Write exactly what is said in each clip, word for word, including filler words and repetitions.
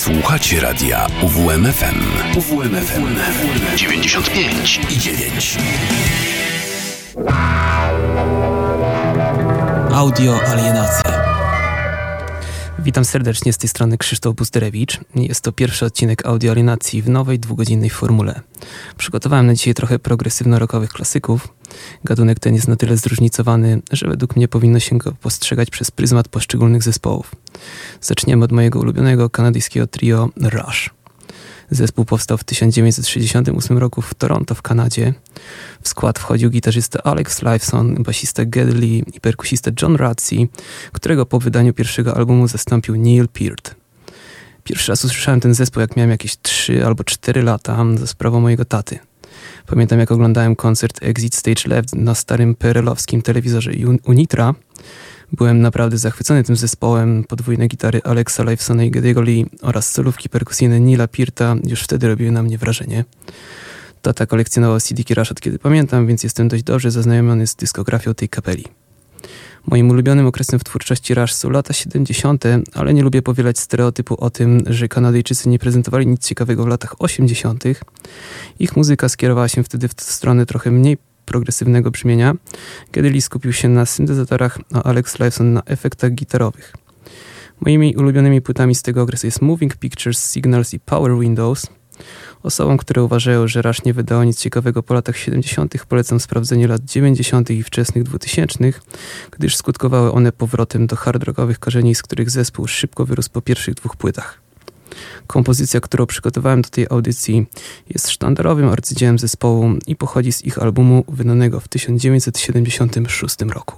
Słuchacie radia U W M F M. U W M F M dziewięćdziesiąt pięć i dziewięć. Audio alienacja. Witam serdecznie, z tej strony Krzysztof Busterewicz. Jest to pierwszy odcinek Audio Alienacji w nowej, dwugodzinnej formule. Przygotowałem na dzisiaj trochę progresywno-rockowych klasyków. Gatunek ten jest na tyle zróżnicowany, że według mnie powinno się go postrzegać przez pryzmat poszczególnych zespołów. Zaczniemy od mojego ulubionego kanadyjskiego trio Rush. Zespół powstał w tysiąc dziewięćset sześćdziesiątym ósmym roku w Toronto w Kanadzie. W skład wchodził gitarzysta Alex Lifeson, basista Geddy Lee i perkusista John Ratsey, którego po wydaniu pierwszego albumu zastąpił Neil Peart. Pierwszy raz usłyszałem ten zespół, jak miałem jakieś trzy albo cztery lata, za sprawą mojego taty. Pamiętam, jak oglądałem koncert Exit Stage Left na starym P R L-owskim telewizorze Unitra. Byłem naprawdę zachwycony tym zespołem. Podwójne gitary Alexa Lifesona i Geddy'ego Lee oraz solówki perkusyjne Neila Pearta już wtedy robiły na mnie wrażenie. Tata kolekcjonował C D-ki Rush od kiedy pamiętam, więc jestem dość dobrze zaznajomiony z dyskografią tej kapeli. Moim ulubionym okresem w twórczości Rush są lata siedemdziesiąte, ale nie lubię powielać stereotypu o tym, że Kanadyjczycy nie prezentowali nic ciekawego w latach osiemdziesiątych. Ich muzyka skierowała się wtedy w stronę trochę mniej progresywnego brzmienia. Geddy Lee skupił się na syntezatorach, a Alex Lifeson na efektach gitarowych. Moimi ulubionymi płytami z tego okresu jest Moving Pictures, Signals i Power Windows. Osobom, które uważają, że Rush nie wydało nic ciekawego po latach siedemdziesiątych, polecam sprawdzenie lat dziewięćdziesiątych i wczesnych dwutysięcznych, gdyż skutkowały one powrotem do hard rockowych korzeni, z których zespół szybko wyrósł po pierwszych dwóch płytach. Kompozycja, którą przygotowałem do tej audycji, jest sztandarowym arcydziełem zespołu i pochodzi z ich albumu wydanego w tysiąc dziewięćset siedemdziesiątym szóstym roku.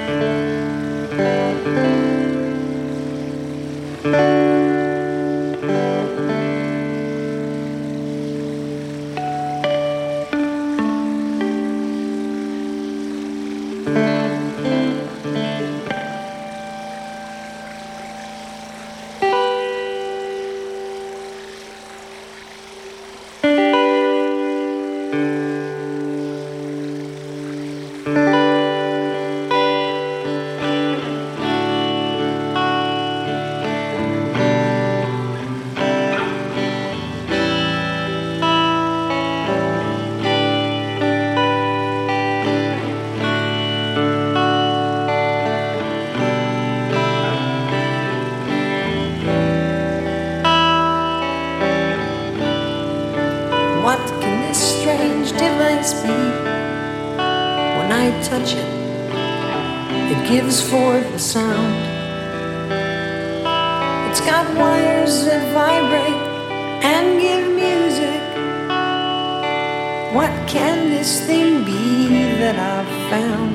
Touch it, it gives forth a sound. It's got wires that vibrate and give music. What can this thing be that I've found?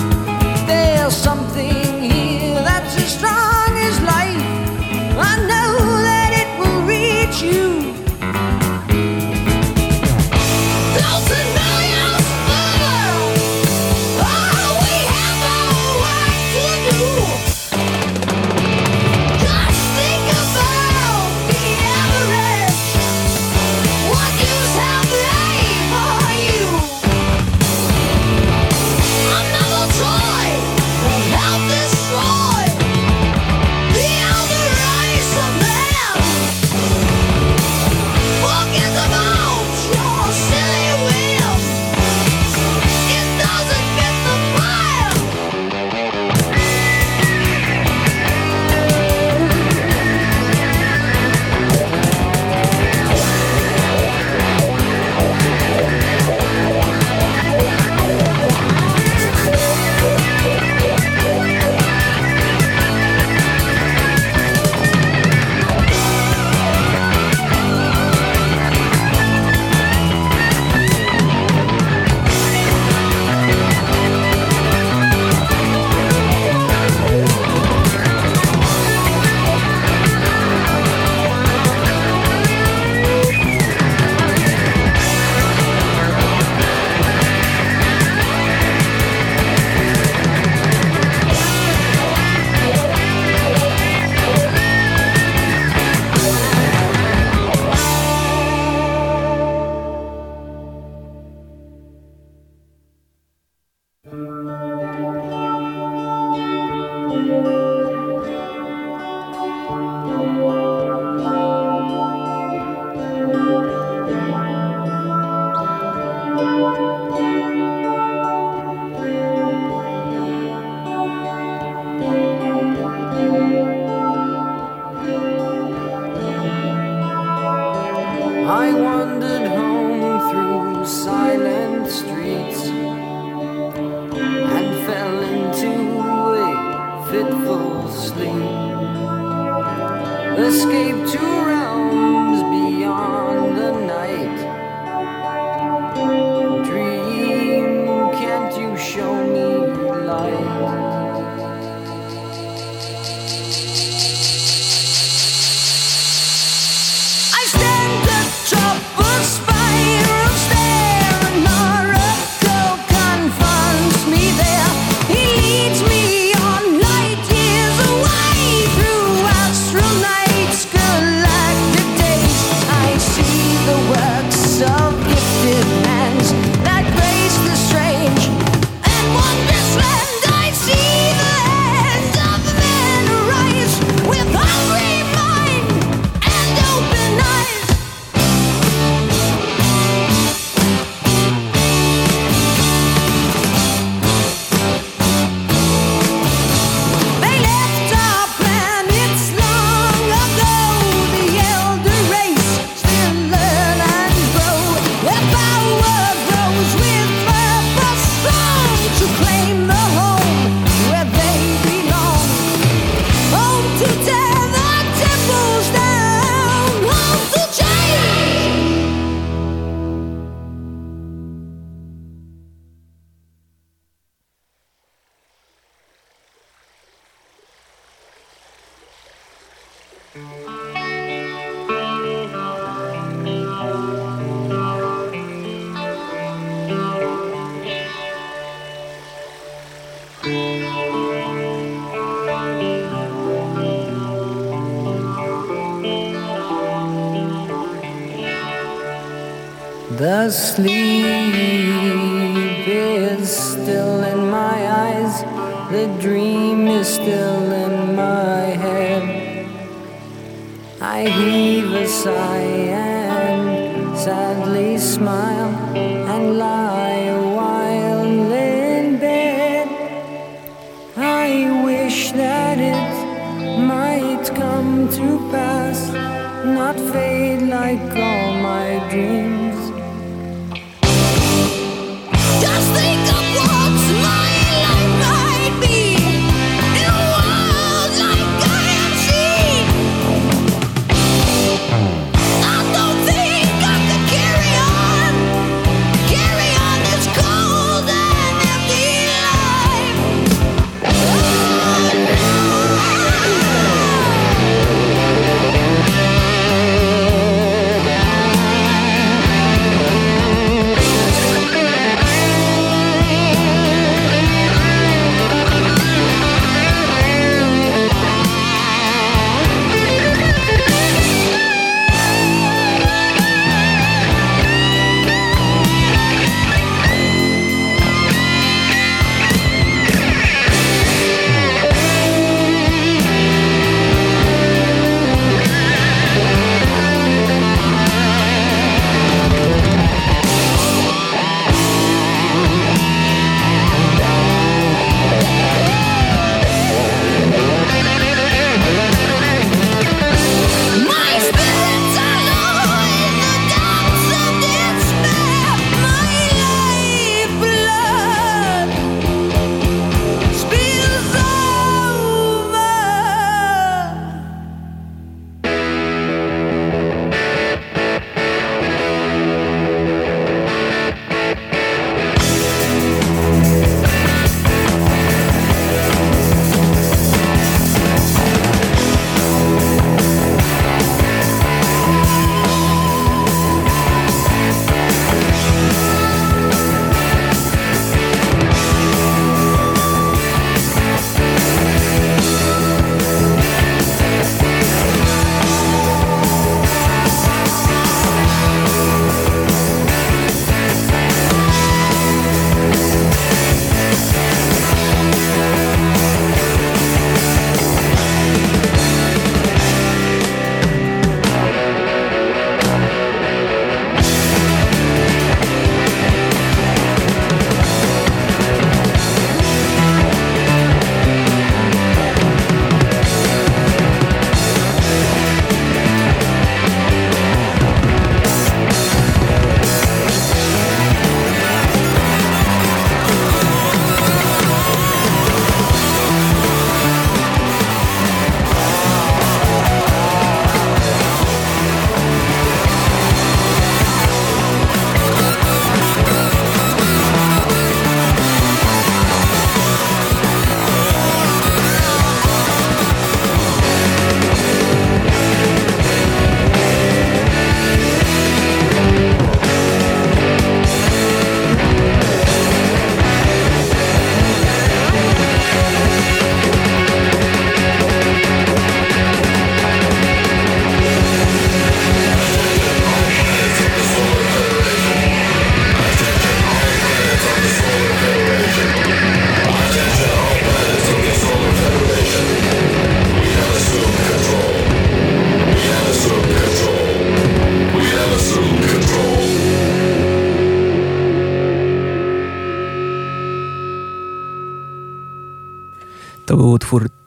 Something here that's as strong as life. I know escape to realms beyond the night. Dream, can't you show me light? The sleep is still in my eyes, the dream is still in my head. I heave a sigh and sadly smile and lie a while in bed. I wish that it might come to pass, not fade like all my dreams. Just think of what my life might be in a world like I have seen. I don't think I could carry on, carry on this cold and empty life. Oh, no.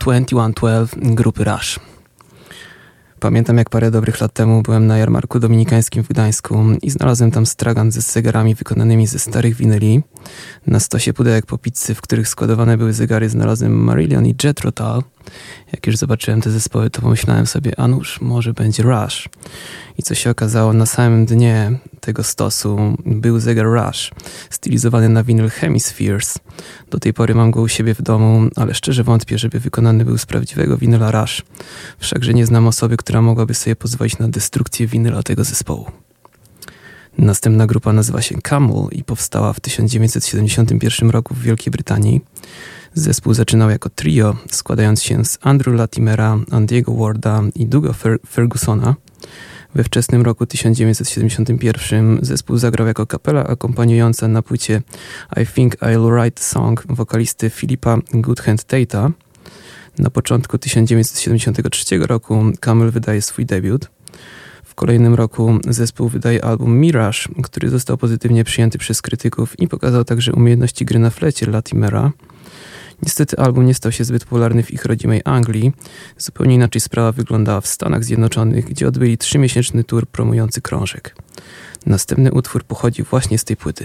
dwadzieścia jeden dwanaście grupy Rush. Pamiętam, jak parę dobrych lat temu byłem na jarmarku dominikańskim w Gdańsku i znalazłem tam stragan ze zegarami wykonanymi ze starych winyli. Na stosie pudełek po pizzy, w których składowane były zegary, znalazłem Marillion i Jethro Tull. Jak już zobaczyłem te zespoły, to pomyślałem sobie, a nuż, może będzie Rush. I co się okazało, na samym dnie tego stosu był zegar Rush, stylizowany na winyl Hemispheres. Do tej pory mam go u siebie w domu, ale szczerze wątpię, żeby wykonany był z prawdziwego winyla Rush. Wszakże nie znam osoby, która mogłaby sobie pozwolić na destrukcję winyla tego zespołu. Następna grupa nazywa się Camel i powstała w tysiąc dziewięćset siedemdziesiątym pierwszym roku w Wielkiej Brytanii. Zespół zaczynał jako trio, składając się z Andrew Latimera, Andiego Warda i Douga Fer- Fergusona. We wczesnym roku tysiąc dziewięćset siedemdziesiątym pierwszym zespół zagrał jako kapela akompaniująca na płycie I Think I'll Write a Song wokalisty Philipa Goodhand Tate'a. Na początku tysiąc dziewięćset siedemdziesiątego trzeciego roku Camel wydaje swój debiut. W kolejnym roku zespół wydaje album Mirage, który został pozytywnie przyjęty przez krytyków i pokazał także umiejętności gry na flecie Latimera. Niestety album nie stał się zbyt popularny w ich rodzimej Anglii. Zupełnie inaczej sprawa wyglądała w Stanach Zjednoczonych, gdzie odbyli trzymiesięczny tour promujący krążek. Następny utwór pochodzi właśnie z tej płyty.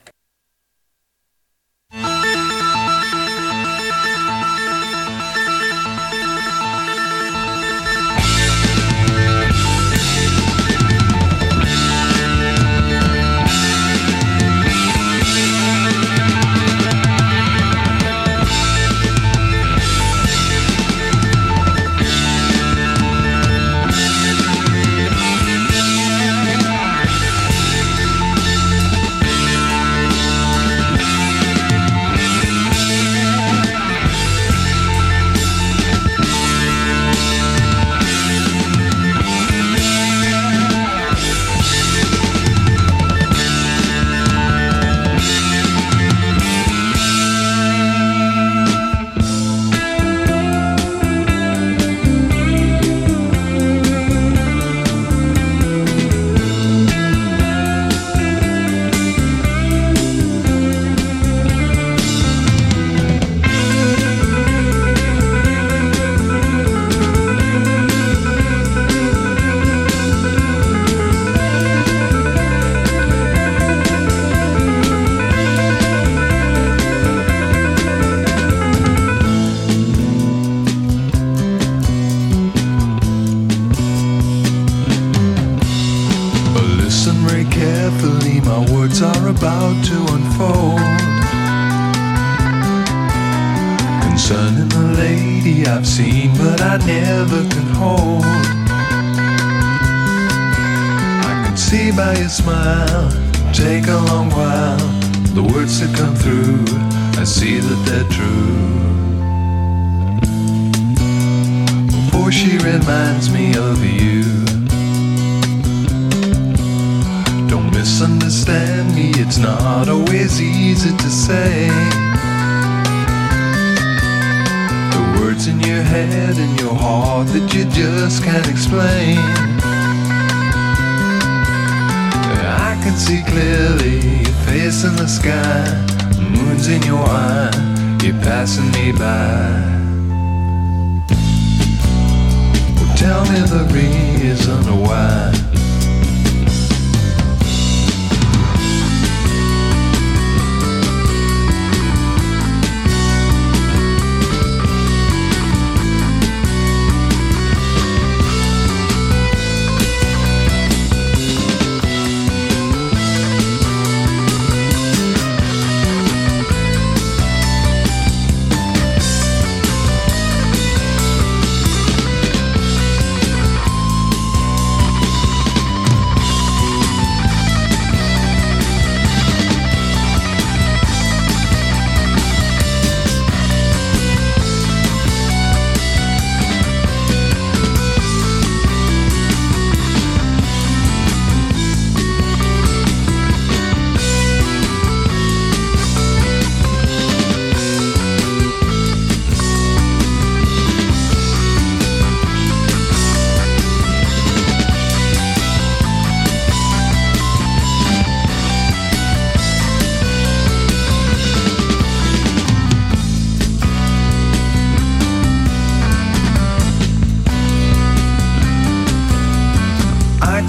About to unfold concerning the lady I've seen but I never could hold. I can see by your smile, take a long while, the words that come through, I see that they're true. For she reminds me of you. Don't misunderstand me, it's not always easy to say. The words in your head and your heart that you just can't explain. I can see clearly your face in the sky, moon's in your eye, you're passing me by. Well, tell me the reason why.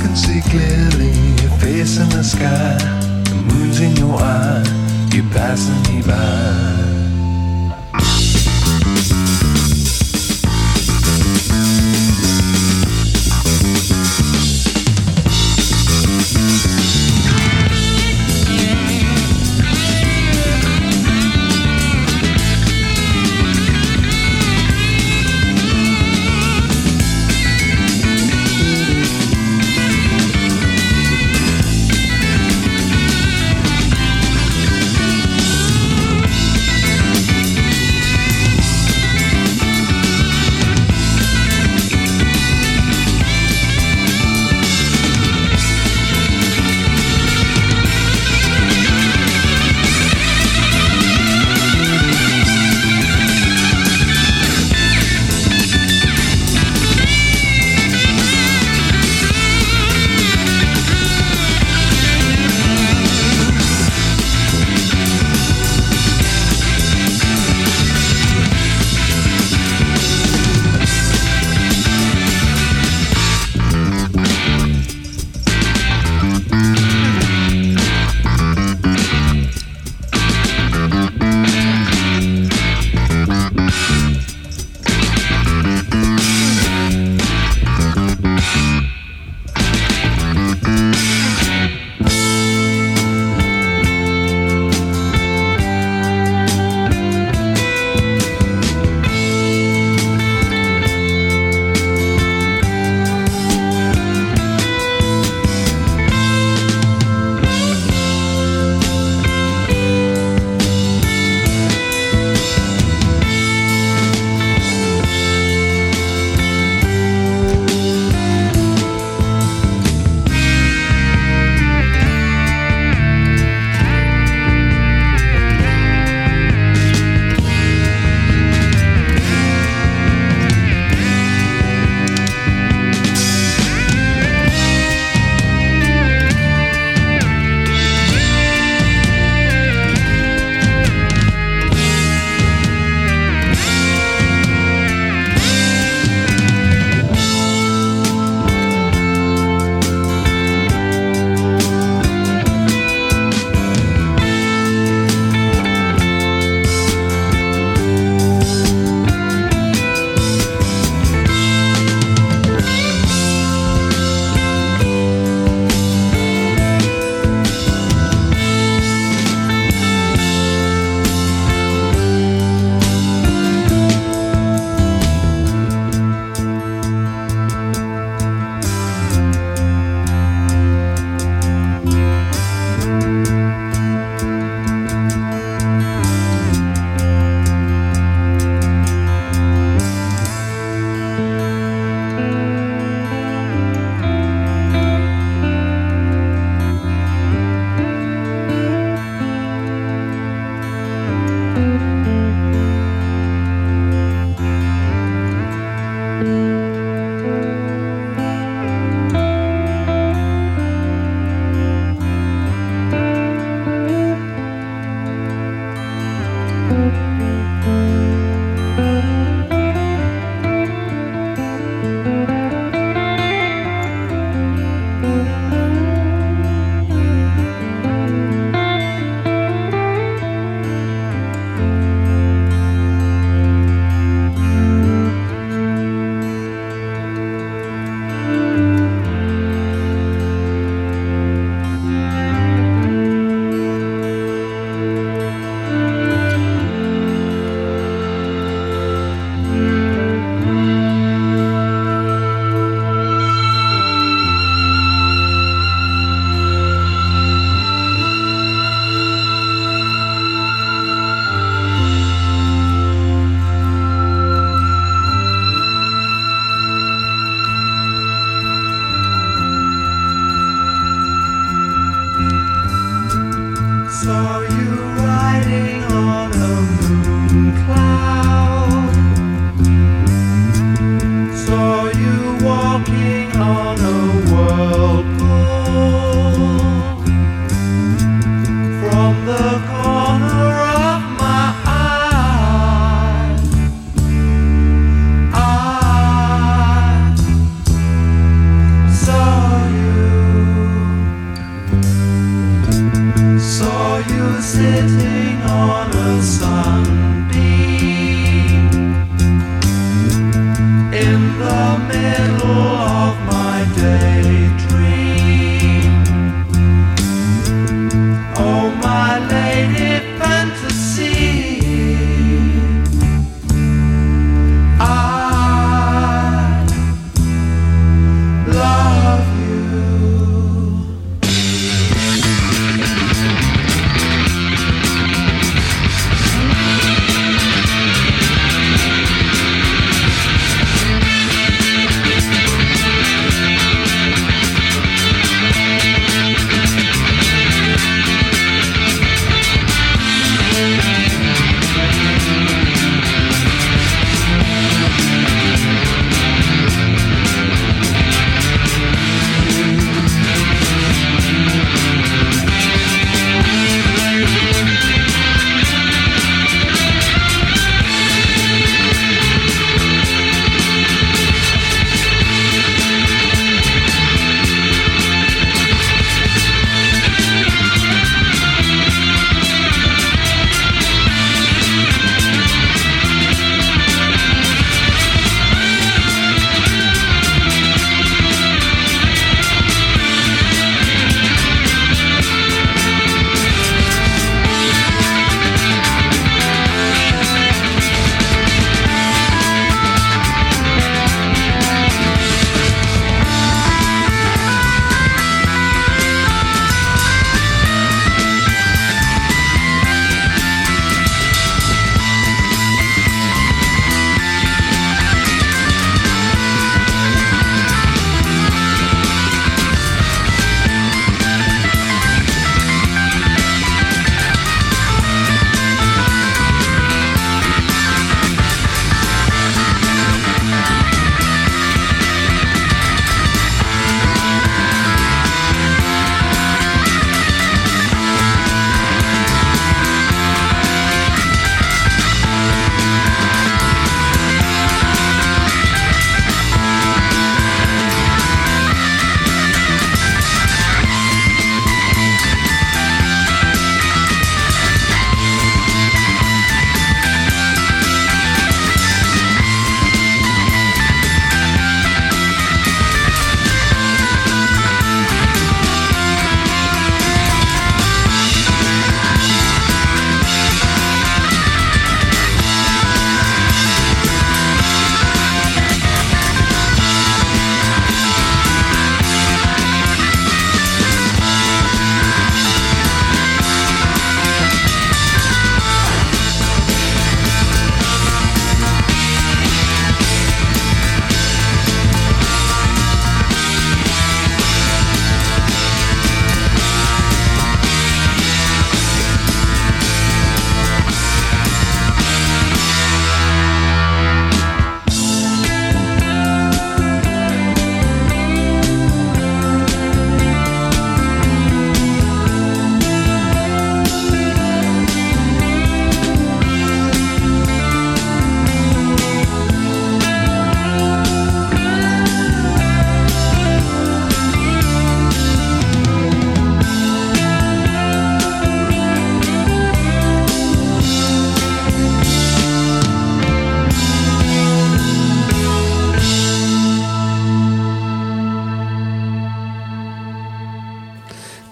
can see clearly your face in the sky, the moon's in your eye, you're passing me by. Saw you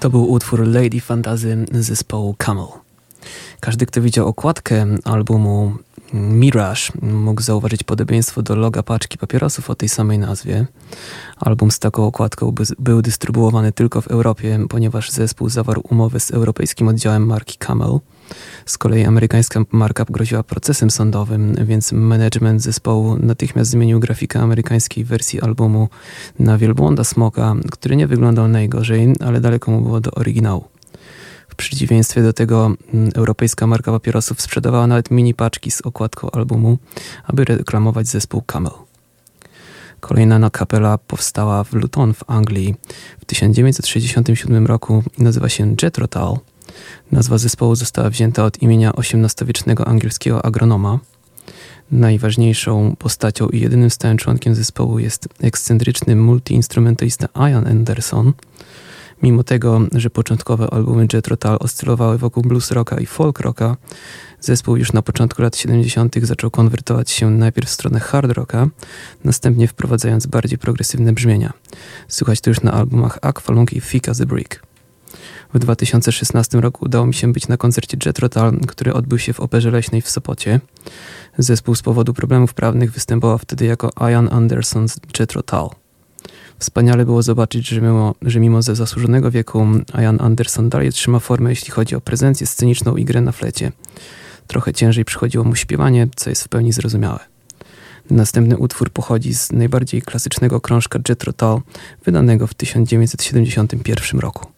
To był utwór Lady Fantasy zespołu Camel. Każdy, kto widział okładkę albumu Mirage, mógł zauważyć podobieństwo do loga paczki papierosów o tej samej nazwie. Album z taką okładką by, był dystrybuowany tylko w Europie, ponieważ zespół zawarł umowę z europejskim oddziałem marki Camel. Z kolei amerykańska marka groziła procesem sądowym, więc management zespołu natychmiast zmienił grafikę amerykańskiej wersji albumu na wielbłąda smoka, który nie wyglądał najgorzej, ale daleko mu było do oryginału. W przeciwieństwie do tego m, europejska marka papierosów sprzedawała nawet mini paczki z okładką albumu, aby reklamować zespół Camel. Kolejna kapela powstała w Luton w Anglii w tysiąc dziewięćset sześćdziesiątym siódmym roku i nazywa się Jethro Tull. Nazwa zespołu została wzięta od imienia osiemnastowiecznego angielskiego agronoma. Najważniejszą postacią i jedynym stałym członkiem zespołu jest ekscentryczny multiinstrumentalista Ian Anderson. Mimo tego, że początkowe albumy Jethro Tull oscylowały wokół blues rocka i folk rocka, zespół już na początku lat siedemdziesiątych zaczął konwertować się najpierw w stronę hard rocka, następnie wprowadzając bardziej progresywne brzmienia. Słychać to już na albumach Aqualung i Thick as a Brick. W dwa tysiące szesnastym roku udało mi się być na koncercie Jethro Tull, który odbył się w Operze Leśnej w Sopocie. Zespół z powodu problemów prawnych występował wtedy jako Ian Anderson's Jethro Tull. Wspaniale było zobaczyć, że mimo, że mimo ze zasłużonego wieku Ian Anderson dalej trzyma formę, jeśli chodzi o prezencję sceniczną i grę na flecie. Trochę ciężej przychodziło mu śpiewanie, co jest w pełni zrozumiałe. Następny utwór pochodzi z najbardziej klasycznego krążka Jethro Tull, wydanego w tysiąc dziewięćset siedemdziesiątym pierwszym roku.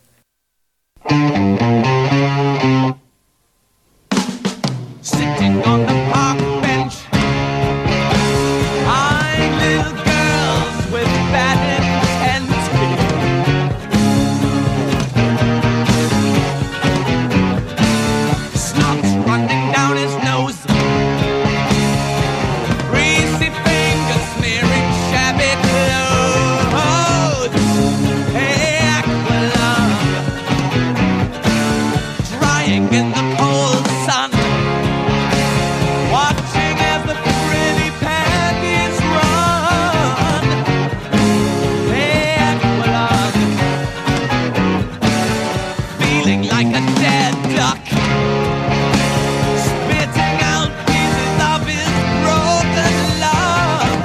Sitting on the park bench, eyeing little girls with bad intent. Snot's running down his nose, greasy fingers smearing shabby clothes. Hey, Aqualung, drying in the cold sun, watching as the pretty panties run. Hey, Aqualung, feeling like a dead duck, spitting out pieces of his broken love.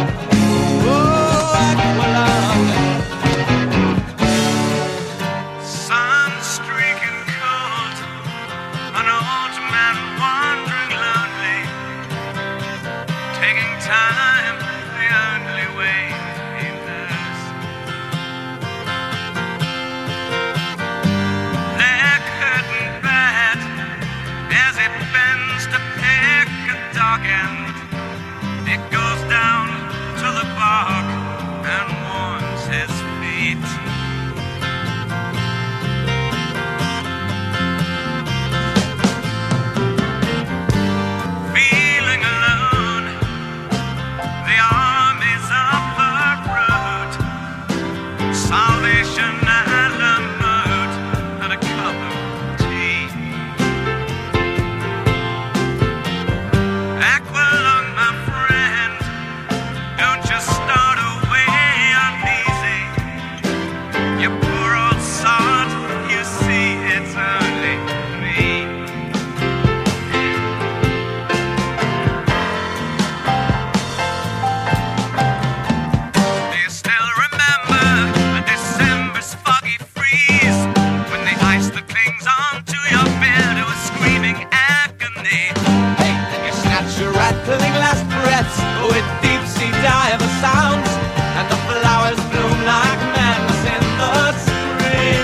Oh, Aqualung, sun streaking cold, an old man wandering lonely, taking time the only way he knows. Leg hurting bad as it bends to pick a dog end. It goes down to the bog and warms his feet. Feeling alone, the armies of the road, salvation at a mode, and a cup of tea. Aqualung, my friend, don't just start away uneasy. You poor old sod, you see it's only me. Do you still remember a December's foggy freeze, when the ice that clings onto your beard was screaming agony? Hey, you snatch your rattling last breaths with deep sea diver sounds, and the flowers bloom like madness in the spring.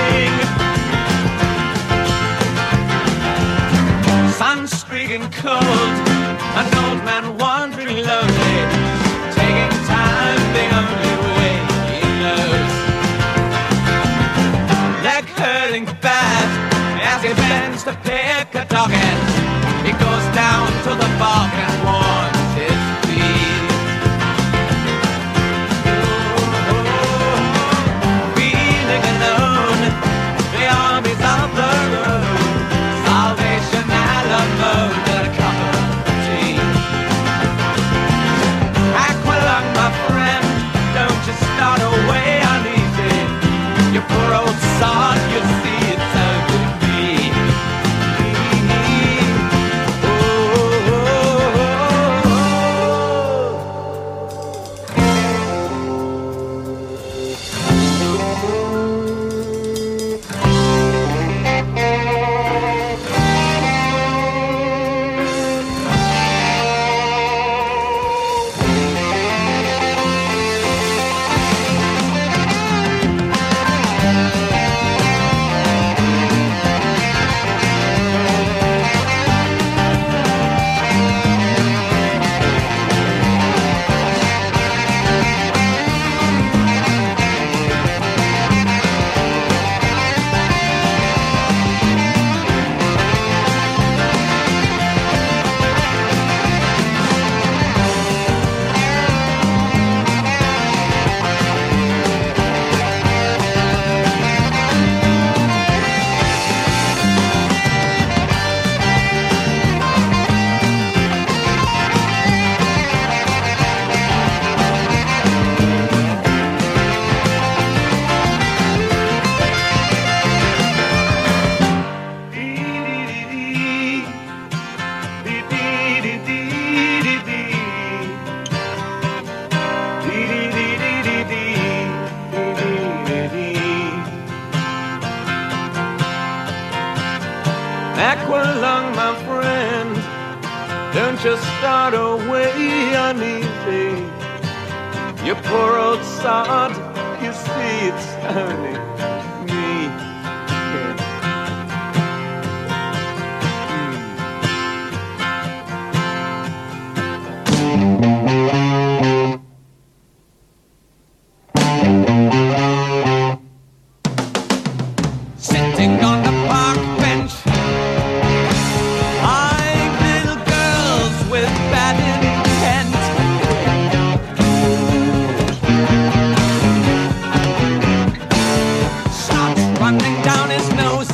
Sun streaking cold, an old man wandering lonely, taking time the only way he knows. Leg hurting bad as he bends to pick a dog end. He goes down to the bog and warms his feet. Feeling alone, the armies of the road, salvation at a mode, and a cup of just start away uneasy. You poor old sod, you see it's only me. Sitting on the park bench, eying little girls with bad intent. Snot running down his nose,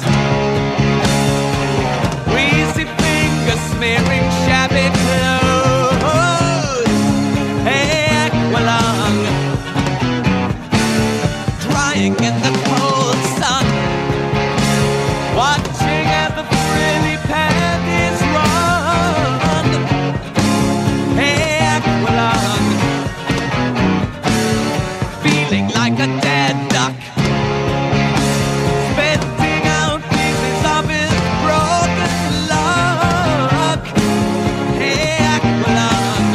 greasy fingers smearing shabby clothes. Hey, Aqualung, drying in the cold sun, watching as the frilly panties run. Hey, Aqualung, feeling like a dead duck, spitting out pieces of his broken luck. Hey, Aqualung,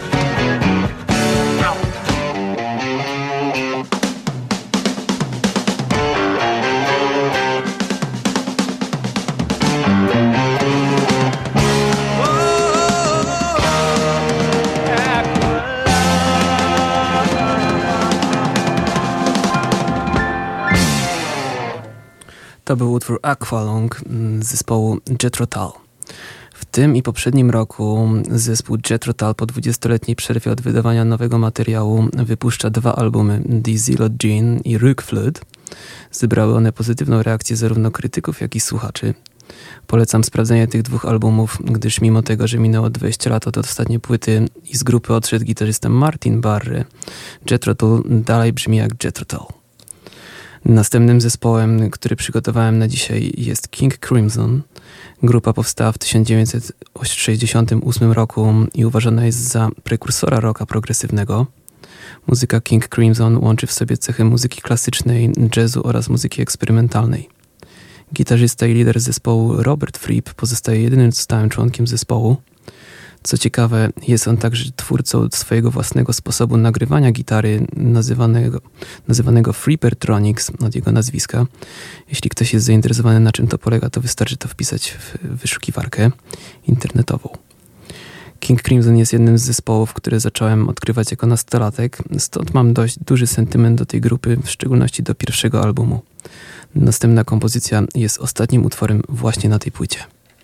To był utwór Aqualung z zespołu Jethro Tull. W tym i poprzednim roku zespół Jethro Tull po dwudziestoletniej przerwie od wydawania nowego materiału wypuszcza dwa albumy, Die Zilot Jean i Rückflut. Zebrały one pozytywną reakcję zarówno krytyków, jak i słuchaczy. Polecam sprawdzenie tych dwóch albumów, gdyż mimo tego, że minęło dwadzieścia lat od ostatniej płyty i z grupy odszedł gitarzysta Martin Barre, Jethro Tull dalej brzmi jak Jethro Tull. Następnym zespołem, który przygotowałem na dzisiaj, jest King Crimson. Grupa powstała w tysiąc dziewięćset sześćdziesiątym ósmym roku i uważana jest za prekursora rocka progresywnego. Muzyka King Crimson łączy w sobie cechy muzyki klasycznej, jazzu oraz muzyki eksperymentalnej. Gitarzysta i lider zespołu Robert Fripp pozostaje jedynym stałym członkiem zespołu. Co ciekawe, jest on także twórcą swojego własnego sposobu nagrywania gitary nazywanego, nazywanego Frippertronics od jego nazwiska. Jeśli ktoś jest zainteresowany, na czym to polega, to wystarczy to wpisać w wyszukiwarkę internetową. King Crimson jest jednym z zespołów, które zacząłem odkrywać jako nastolatek, stąd mam dość duży sentyment do tej grupy, w szczególności do pierwszego albumu. Następna kompozycja jest ostatnim utworem właśnie na tej płycie.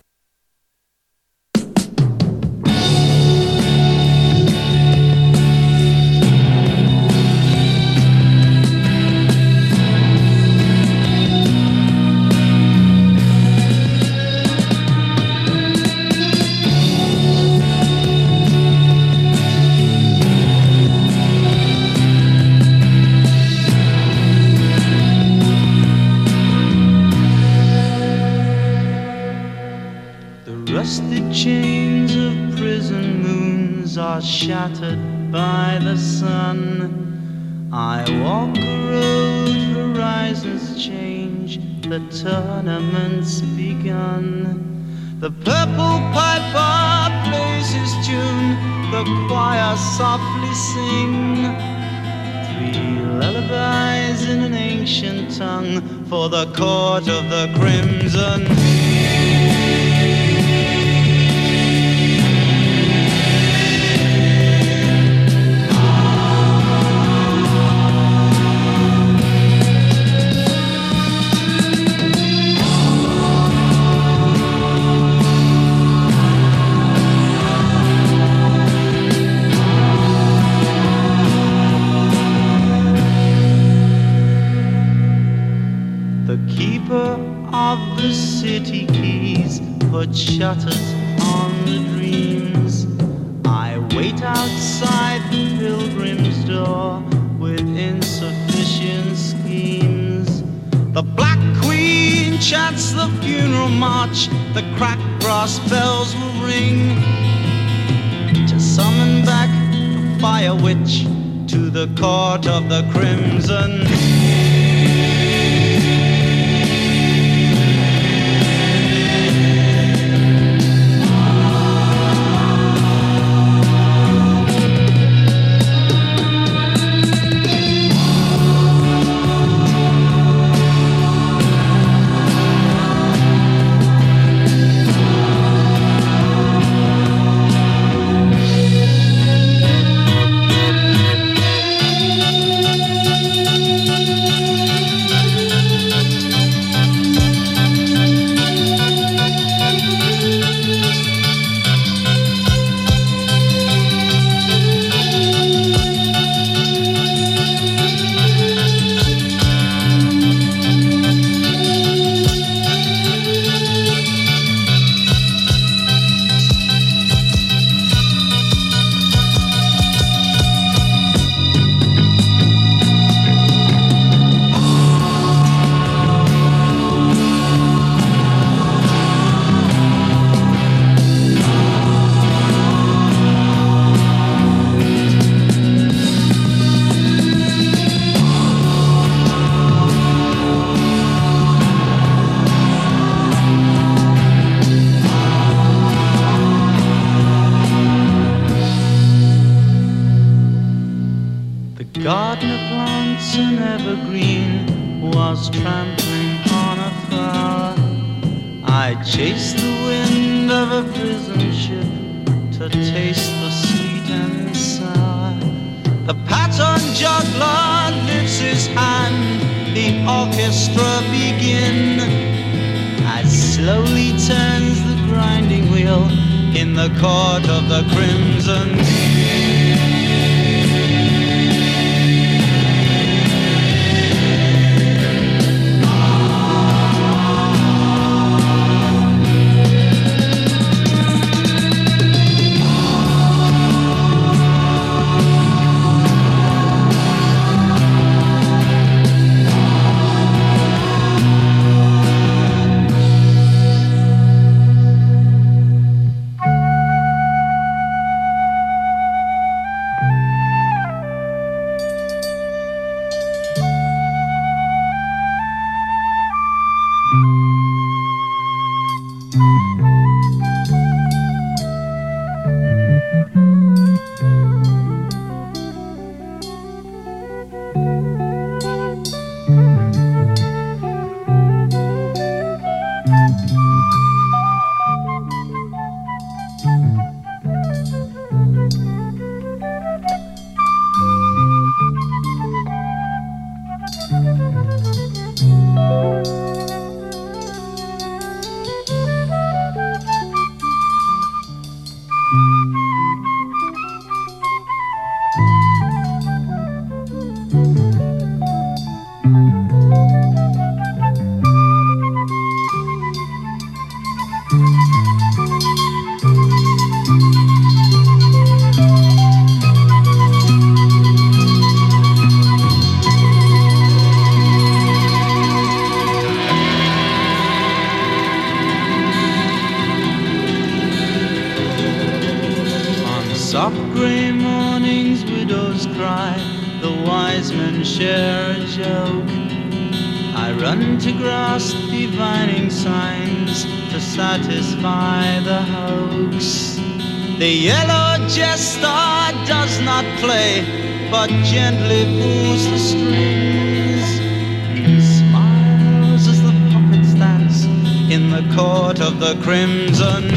Rusted chains of prison moons are shattered by the sun. I walk a road, horizons change, the tournament's begun. The purple piper plays his tune, the choir softly sing. Three lullabies in an ancient tongue for the court of the crimson. Of the city keys put shutters on the dreams. I wait outside the pilgrim's door with insufficient schemes. The Black Queen chants the funeral march, the cracked brass bells will ring to summon back the fire witch to the court of the crimson. gardener plants an evergreen was trampling on a flower. I chased the wind of a prison ship to taste the sweet and sour. The pattern juggler lifts his hand, the orchestra begin, as slowly turns the grinding wheel in the court of the Crimson. Satisfy the hoax. The yellow jester does not play, but gently pulls the strings. He smiles as the puppets dance in the court of the Crimson.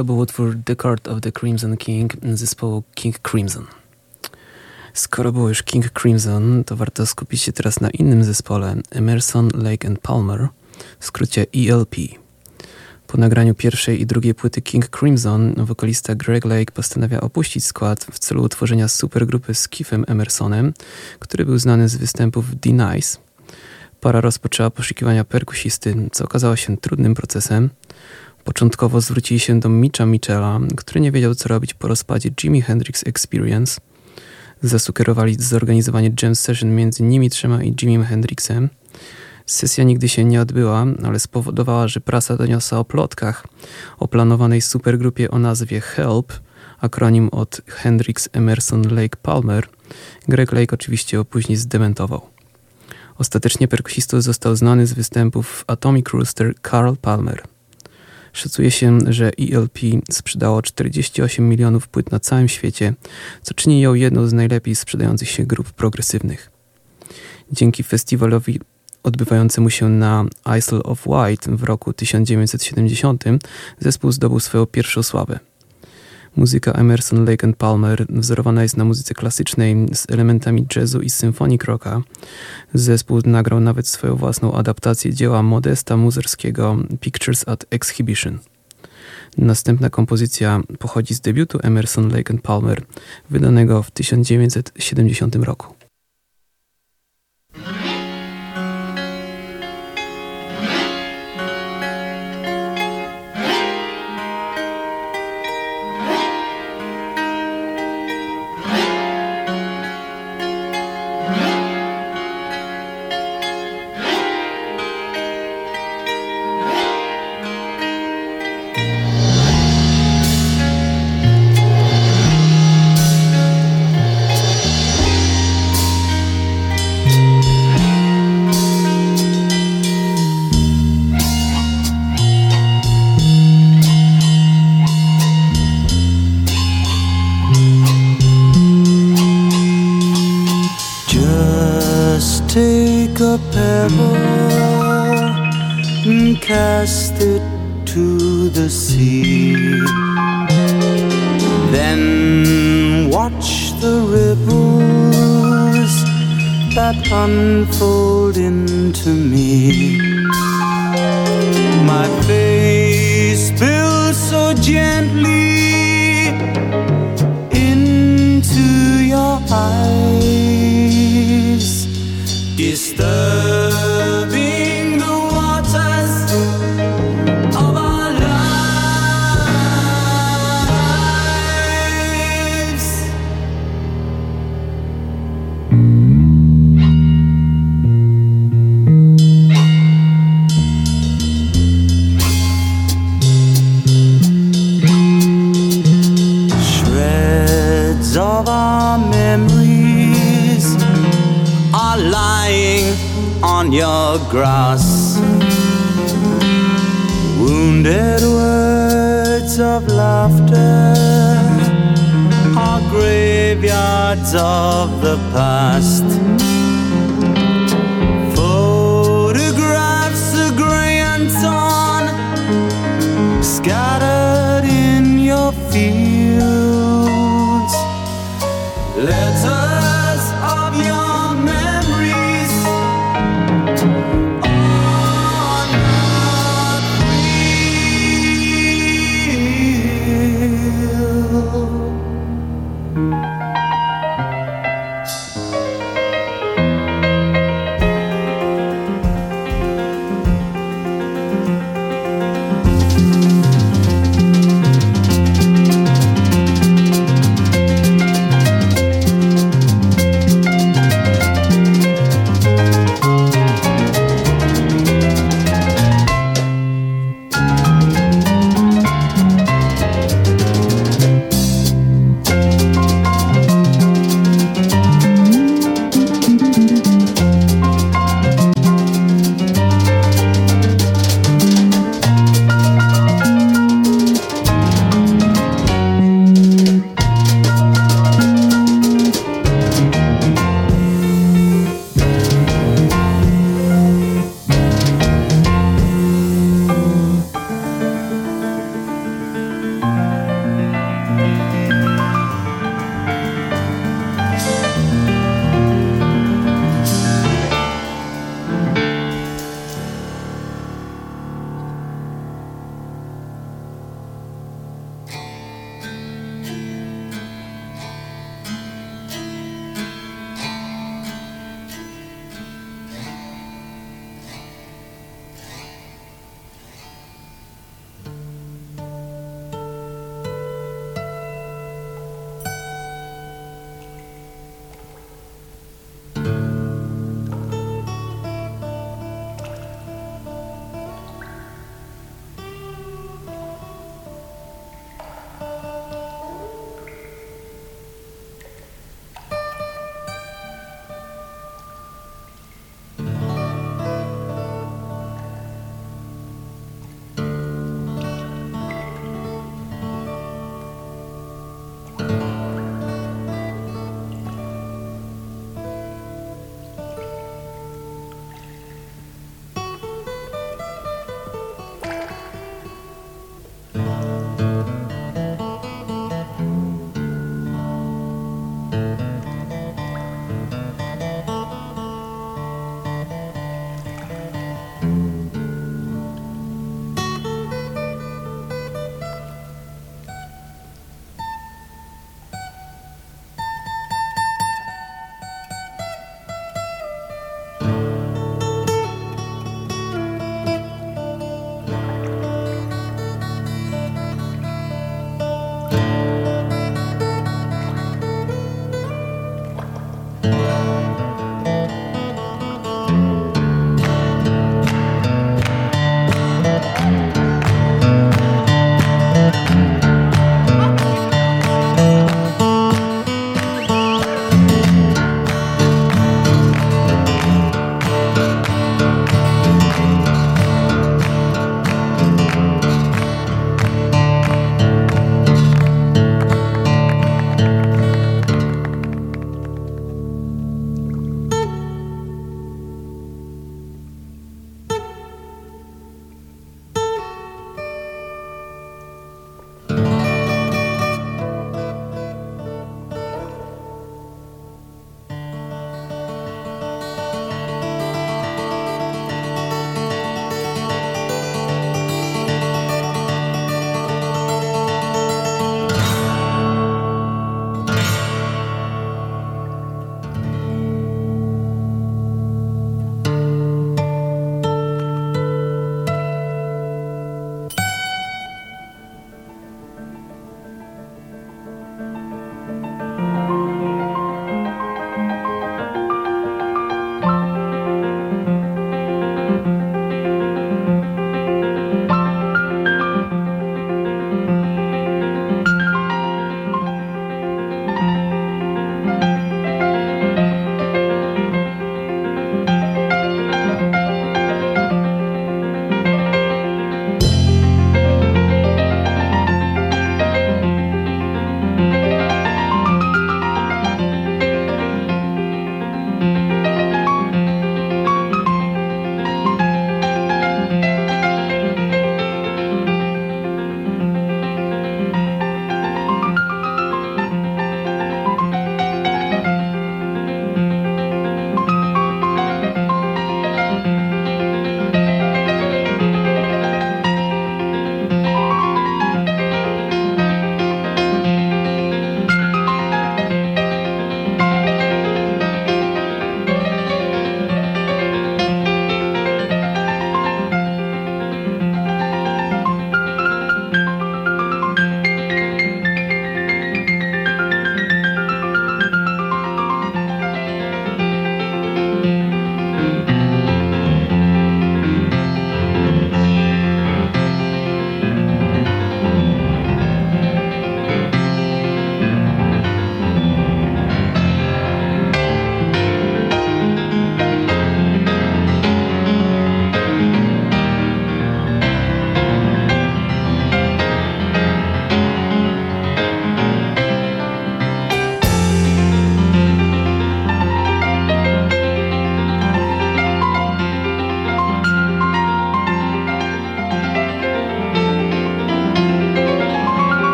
To był utwór The Court of the Crimson King zespołu King Crimson. Skoro było już King Crimson, to warto skupić się teraz na innym zespole, Emerson, Lake and Palmer, w skrócie E L P. Po nagraniu pierwszej i drugiej płyty King Crimson, wokalista Greg Lake postanawia opuścić skład w celu utworzenia supergrupy z Keithem Emersonem, który był znany z występów The Nice. Para rozpoczęła poszukiwania perkusisty, co okazało się trudnym procesem. Początkowo zwrócili się do Mitcha Mitchella, który nie wiedział, co robić po rozpadzie Jimi Hendrix Experience. Zasugerowali zorganizowanie jam session między nimi trzema i Jimim Hendrixem. Sesja nigdy się nie odbyła, ale spowodowała, że prasa doniosła o plotkach o planowanej supergrupie o nazwie Help, akronim od Hendrix, Emerson, Lake, Palmer. Greg Lake oczywiście ją później zdementował. Ostatecznie perkusistą został znany z występów w Atomic Rooster Carl Palmer. Szacuje się, że E L P sprzedało czterdzieści osiem milionów płyt na całym świecie, co czyni ją jedną z najlepiej sprzedających się grup progresywnych. Dzięki festiwalowi odbywającemu się na Isle of Wight w roku tysiąc dziewięćset siedemdziesiątym zespół zdobył swoją pierwszą sławę. Muzyka Emerson, Lake and Palmer wzorowana jest na muzyce klasycznej z elementami jazzu i symphonic rocka. Zespół nagrał nawet swoją własną adaptację dzieła Modesta Mussorgskiego Pictures at Exhibition. Następna kompozycja pochodzi z debiutu Emerson, Lake and Palmer, wydanego w tysiąc dziewięćset siedemdziesiątym roku. A pebble and cast it to the sea. Then watch the ripples that unfold into me. My face spills so gently into your eyes, disturbing the waters of our lives. Shreds of our memories are lying on your grass. Wounded words of laughter are graveyards of the past. Photographs of grey and torn, scattered in your fields. Letters of your memories are not real.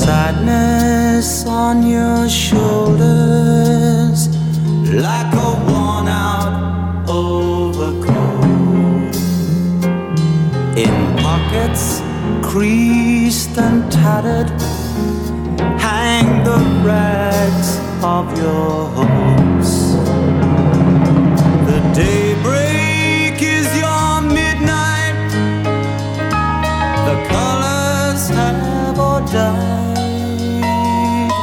sadness on your shoulders, like a worn out overcoat. In pockets creased and tattered hang the rags of your hopes. The daybreak is your midnight. The colors have all died,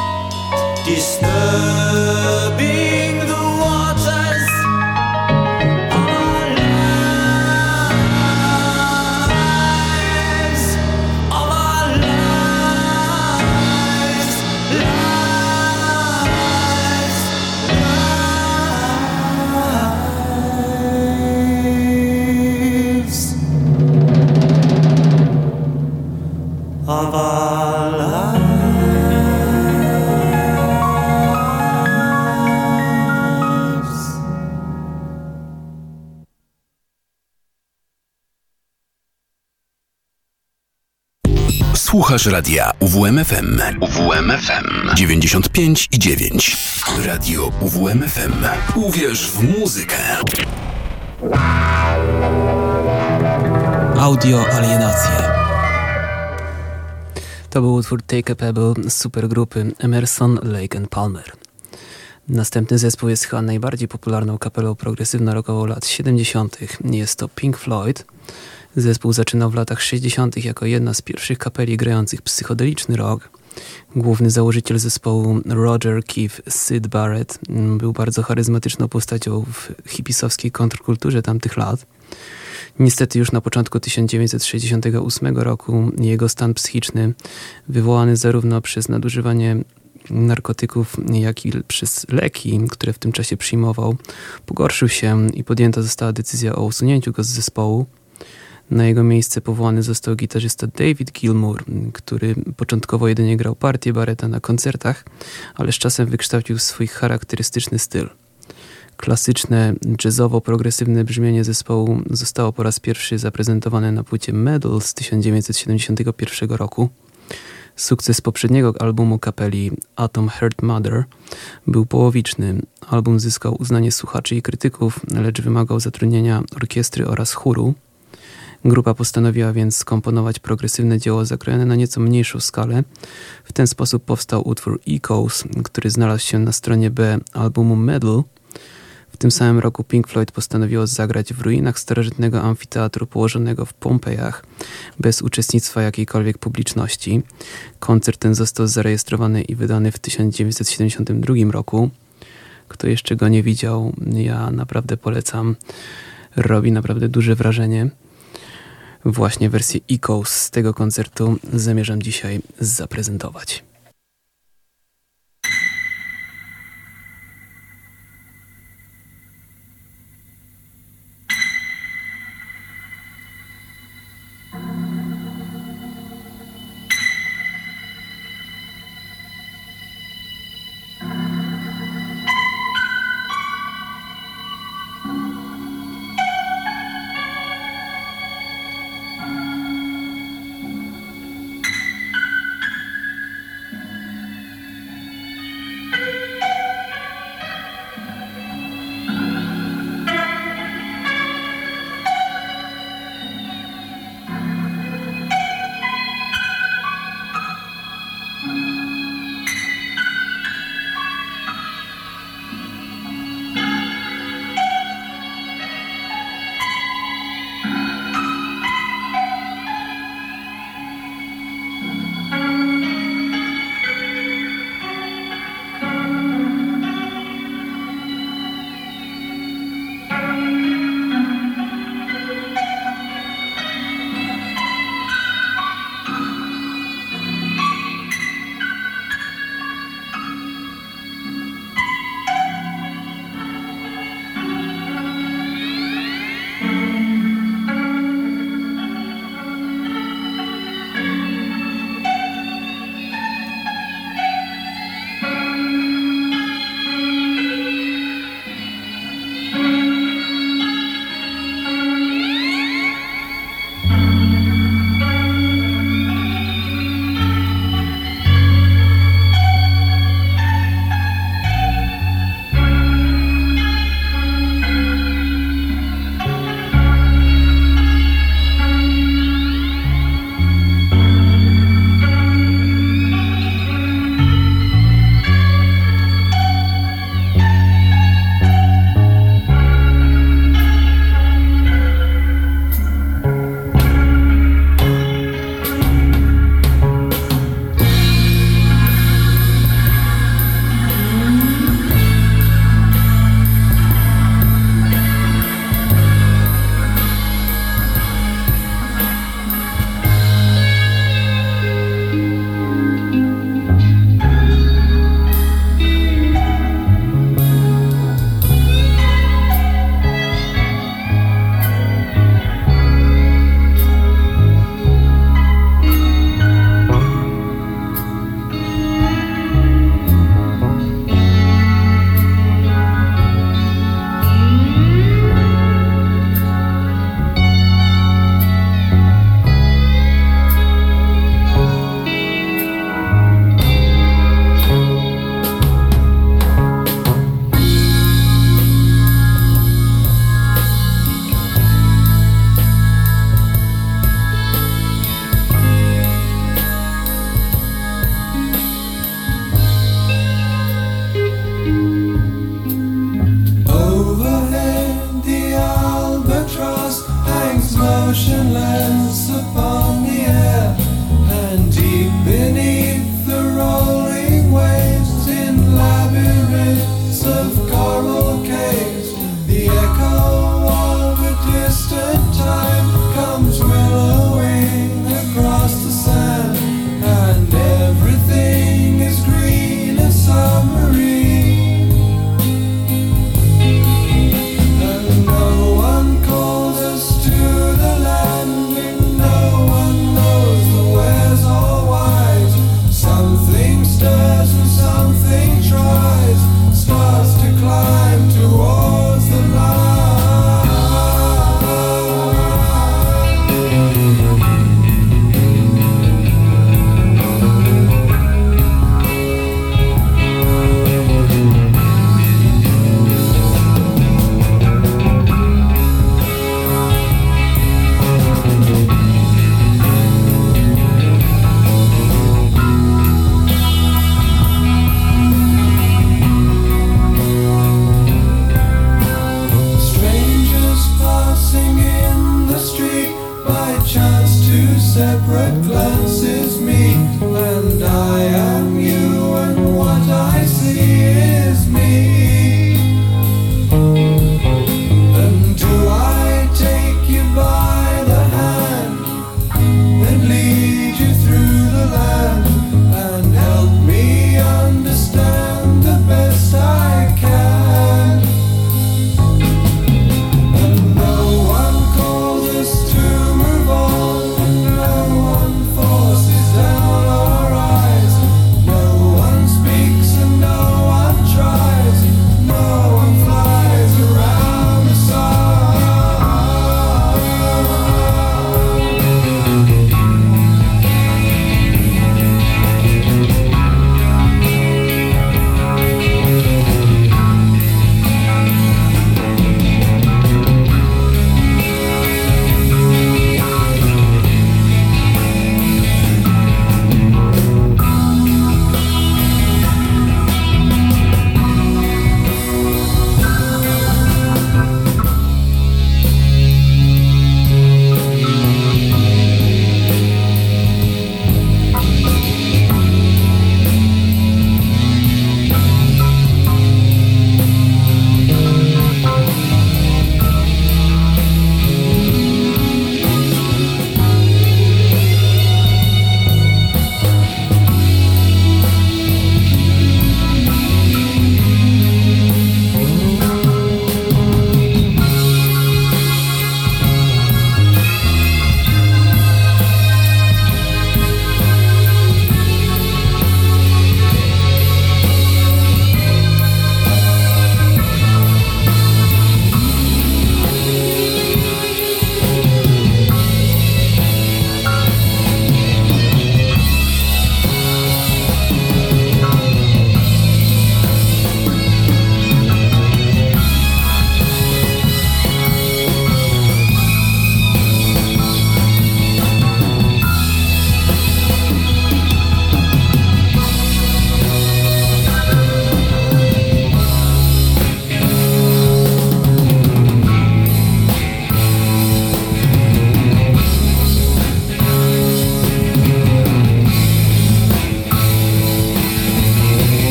disturbing the waters of our lives, of our lives, lives, lives of our lives. Słuchasz radia U W M F M. U W M F M dziewięćdziesiąt pięć i dziewięć. Radio U W M F M. Uwierz w muzykę. Audio alienacje. To był utwór Take a Pebble z supergrupy Emerson, Lake and Palmer. Następny zespół jest chyba najbardziej popularną kapelą progresywno-rockową lat siedemdziesiątych. Jest to Pink Floyd. Zespół zaczynał w latach sześćdziesiątych jako jedna z pierwszych kapeli grających psychodeliczny rock. Główny założyciel zespołu Roger Keith Syd Barrett był bardzo charyzmatyczną postacią w hipisowskiej kontrkulturze tamtych lat. Niestety już na początku tysiąc dziewięćset sześćdziesiątego ósmego roku jego stan psychiczny, wywołany zarówno przez nadużywanie narkotyków, jak i przez leki, które w tym czasie przyjmował, pogorszył się i podjęta została decyzja o usunięciu go z zespołu. Na jego miejsce powołany został gitarzysta David Gilmour, który początkowo jedynie grał partie Barretta na koncertach, ale z czasem wykształcił swój charakterystyczny styl. Klasyczne, jazzowo-progresywne brzmienie zespołu zostało po raz pierwszy zaprezentowane na płycie Medal z tysiąc dziewięćset siedemdziesiątego pierwszego roku. Sukces poprzedniego albumu kapeli Atom Heart Mother był połowiczny. Album zyskał uznanie słuchaczy i krytyków, lecz wymagał zatrudnienia orkiestry oraz chóru. Grupa postanowiła więc skomponować progresywne dzieło zakrojone na nieco mniejszą skalę. W ten sposób powstał utwór Echoes, który znalazł się na stronie B albumu Medal. W tym samym roku Pink Floyd postanowiło zagrać w ruinach starożytnego amfiteatru położonego w Pompejach bez uczestnictwa jakiejkolwiek publiczności. Koncert ten został zarejestrowany i wydany w tysiąc dziewięćset siedemdziesiątym drugim roku. Kto jeszcze go nie widział, ja naprawdę polecam. Robi naprawdę duże wrażenie. Właśnie wersję Echoes z tego koncertu zamierzam dzisiaj zaprezentować.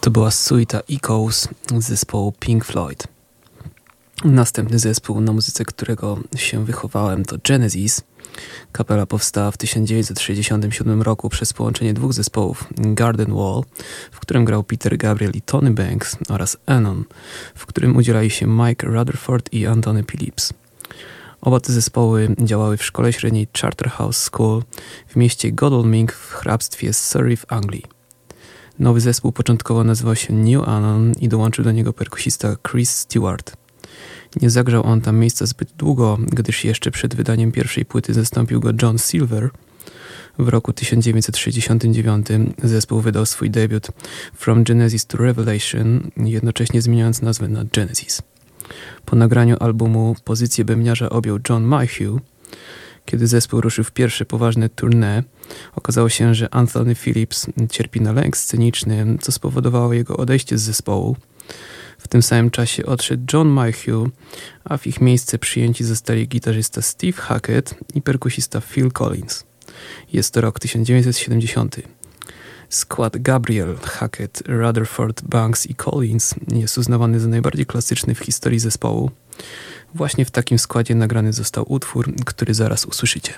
To była suita Echoes z zespołu Pink Floyd. Następny zespół, na muzyce którego się wychowałem, to Genesis. Kapela powstała w tysiąc dziewięćset sześćdziesiątym siódmym roku przez połączenie dwóch zespołów: Garden Wall, w którym grał Peter Gabriel i Tony Banks, oraz Anon, w którym udzielali się Mike Rutherford i Anthony Phillips. Oba te zespoły działały w szkole średniej Charterhouse School w mieście Godalming w hrabstwie Surrey w Anglii. Nowy zespół początkowo nazywał się New Anon i dołączył do niego perkusista Chris Stewart. Nie zagrzał on tam miejsca zbyt długo, gdyż jeszcze przed wydaniem pierwszej płyty zastąpił go John Silver. W roku tysiąc dziewięćset sześćdziesiątym dziewiątym zespół wydał swój debiut From Genesis to Revelation, jednocześnie zmieniając nazwę na Genesis. Po nagraniu albumu pozycję bębniarza objął John Mayhew. Kiedy zespół ruszył w pierwsze poważne tournée, okazało się, że Anthony Phillips cierpi na lęk sceniczny, co spowodowało jego odejście z zespołu. W tym samym czasie odszedł John Mayhew, a w ich miejsce przyjęci zostali gitarzysta Steve Hackett i perkusista Phil Collins. Jest to rok tysiąc dziewięćset siedemdziesiąty. Skład Gabriel, Hackett, Rutherford, Banks i Collins jest uznawany za najbardziej klasyczny w historii zespołu. Właśnie w takim składzie nagrany został utwór, który zaraz usłyszycie.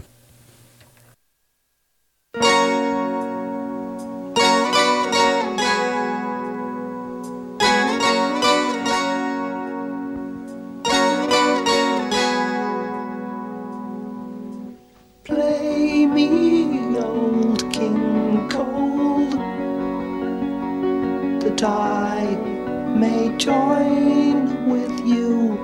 Play me, old King Cole, that I may join with you.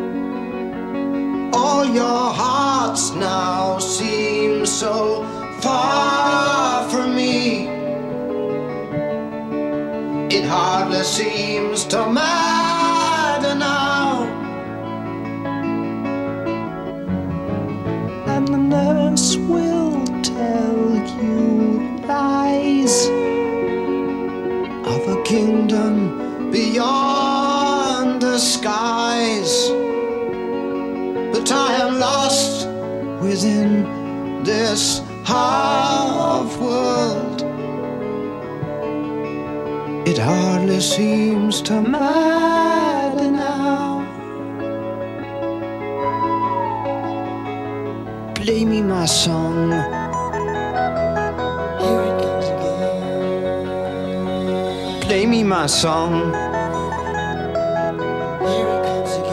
All your hearts now seem so far from me. It hardly seems to matter now. And the nurse will tell you lies of a kingdom beyond the skies. But I am lost within this half world. It hardly seems to matter now. Play me my song. Here it comes again. Play me my song. Here it comes again.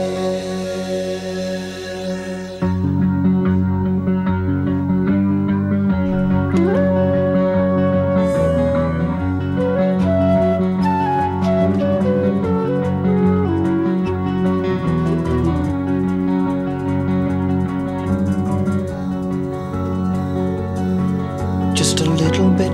Just a little bit,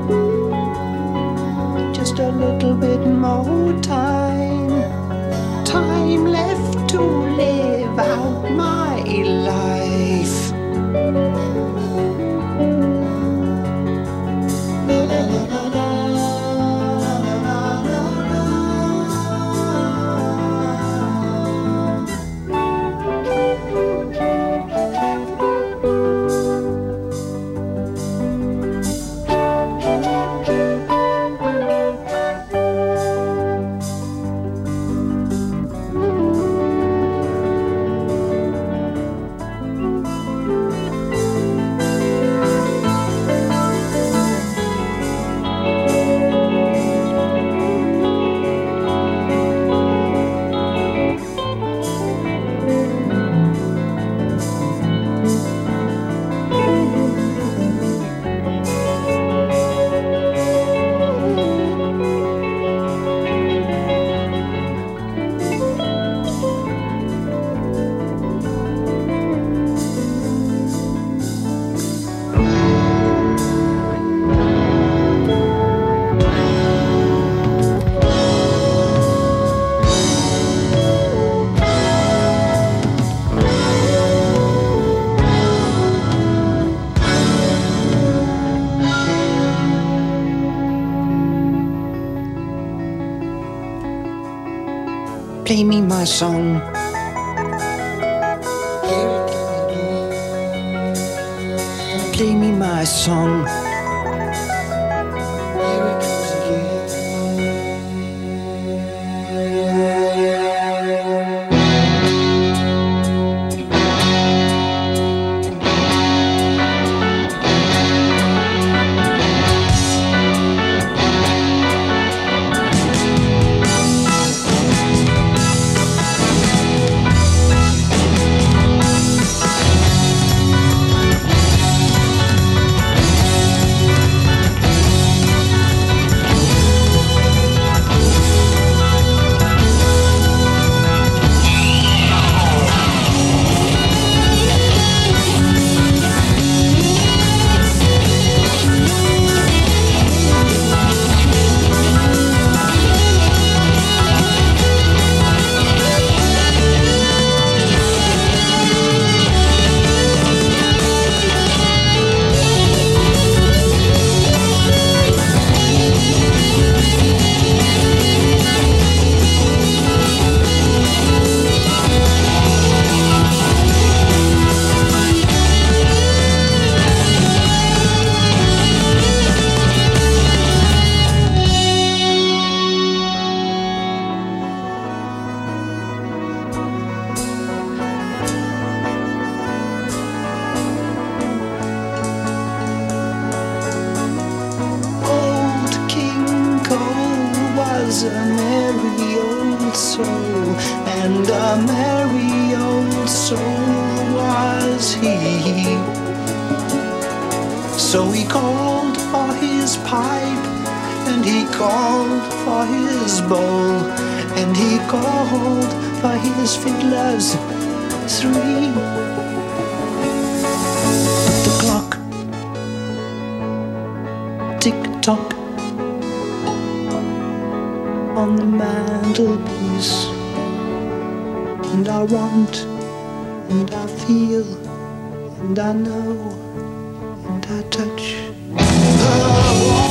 just a little bit more time, time left to live out my life. Play me my song. Play me my song. Here it comes again. a merry old soul was he. So he called for his pipe, and he called for his bowl, and he called for his fiddlers three. But the clock tick-tock on the mantelpiece, and I want, and I feel, and I know, and I touch the wall.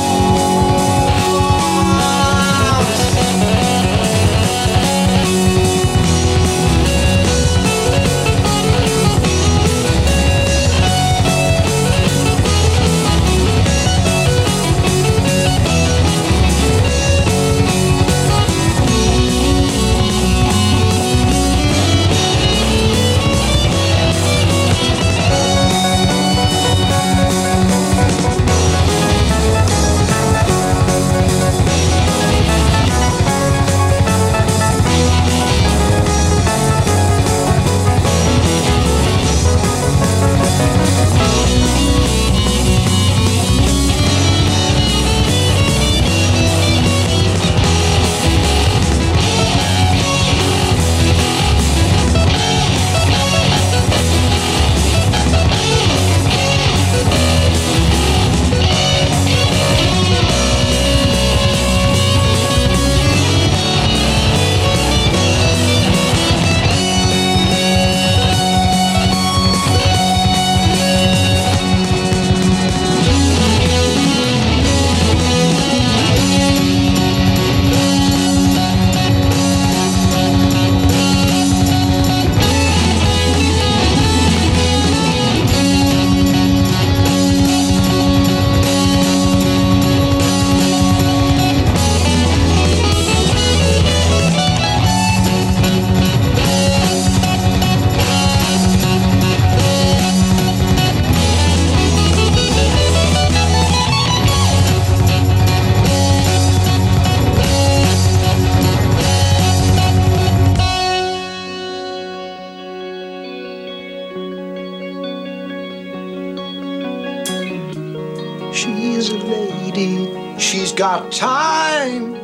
She's a lady, she's got time.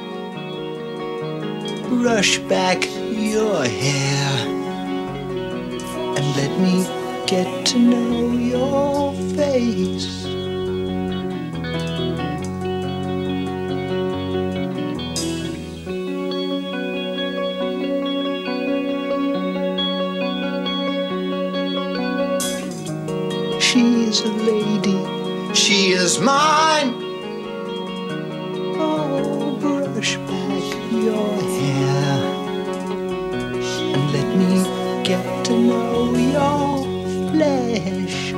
Brush back your hair and let me get to know your face. She's a lady, she is mine. Oh, brush back your hair and let me get to know your flesh.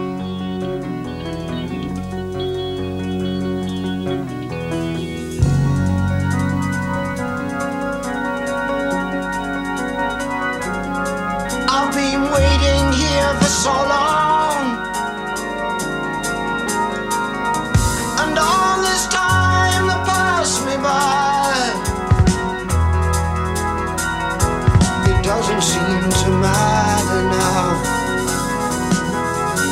I've been waiting here for so long. Doesn't seem to matter now.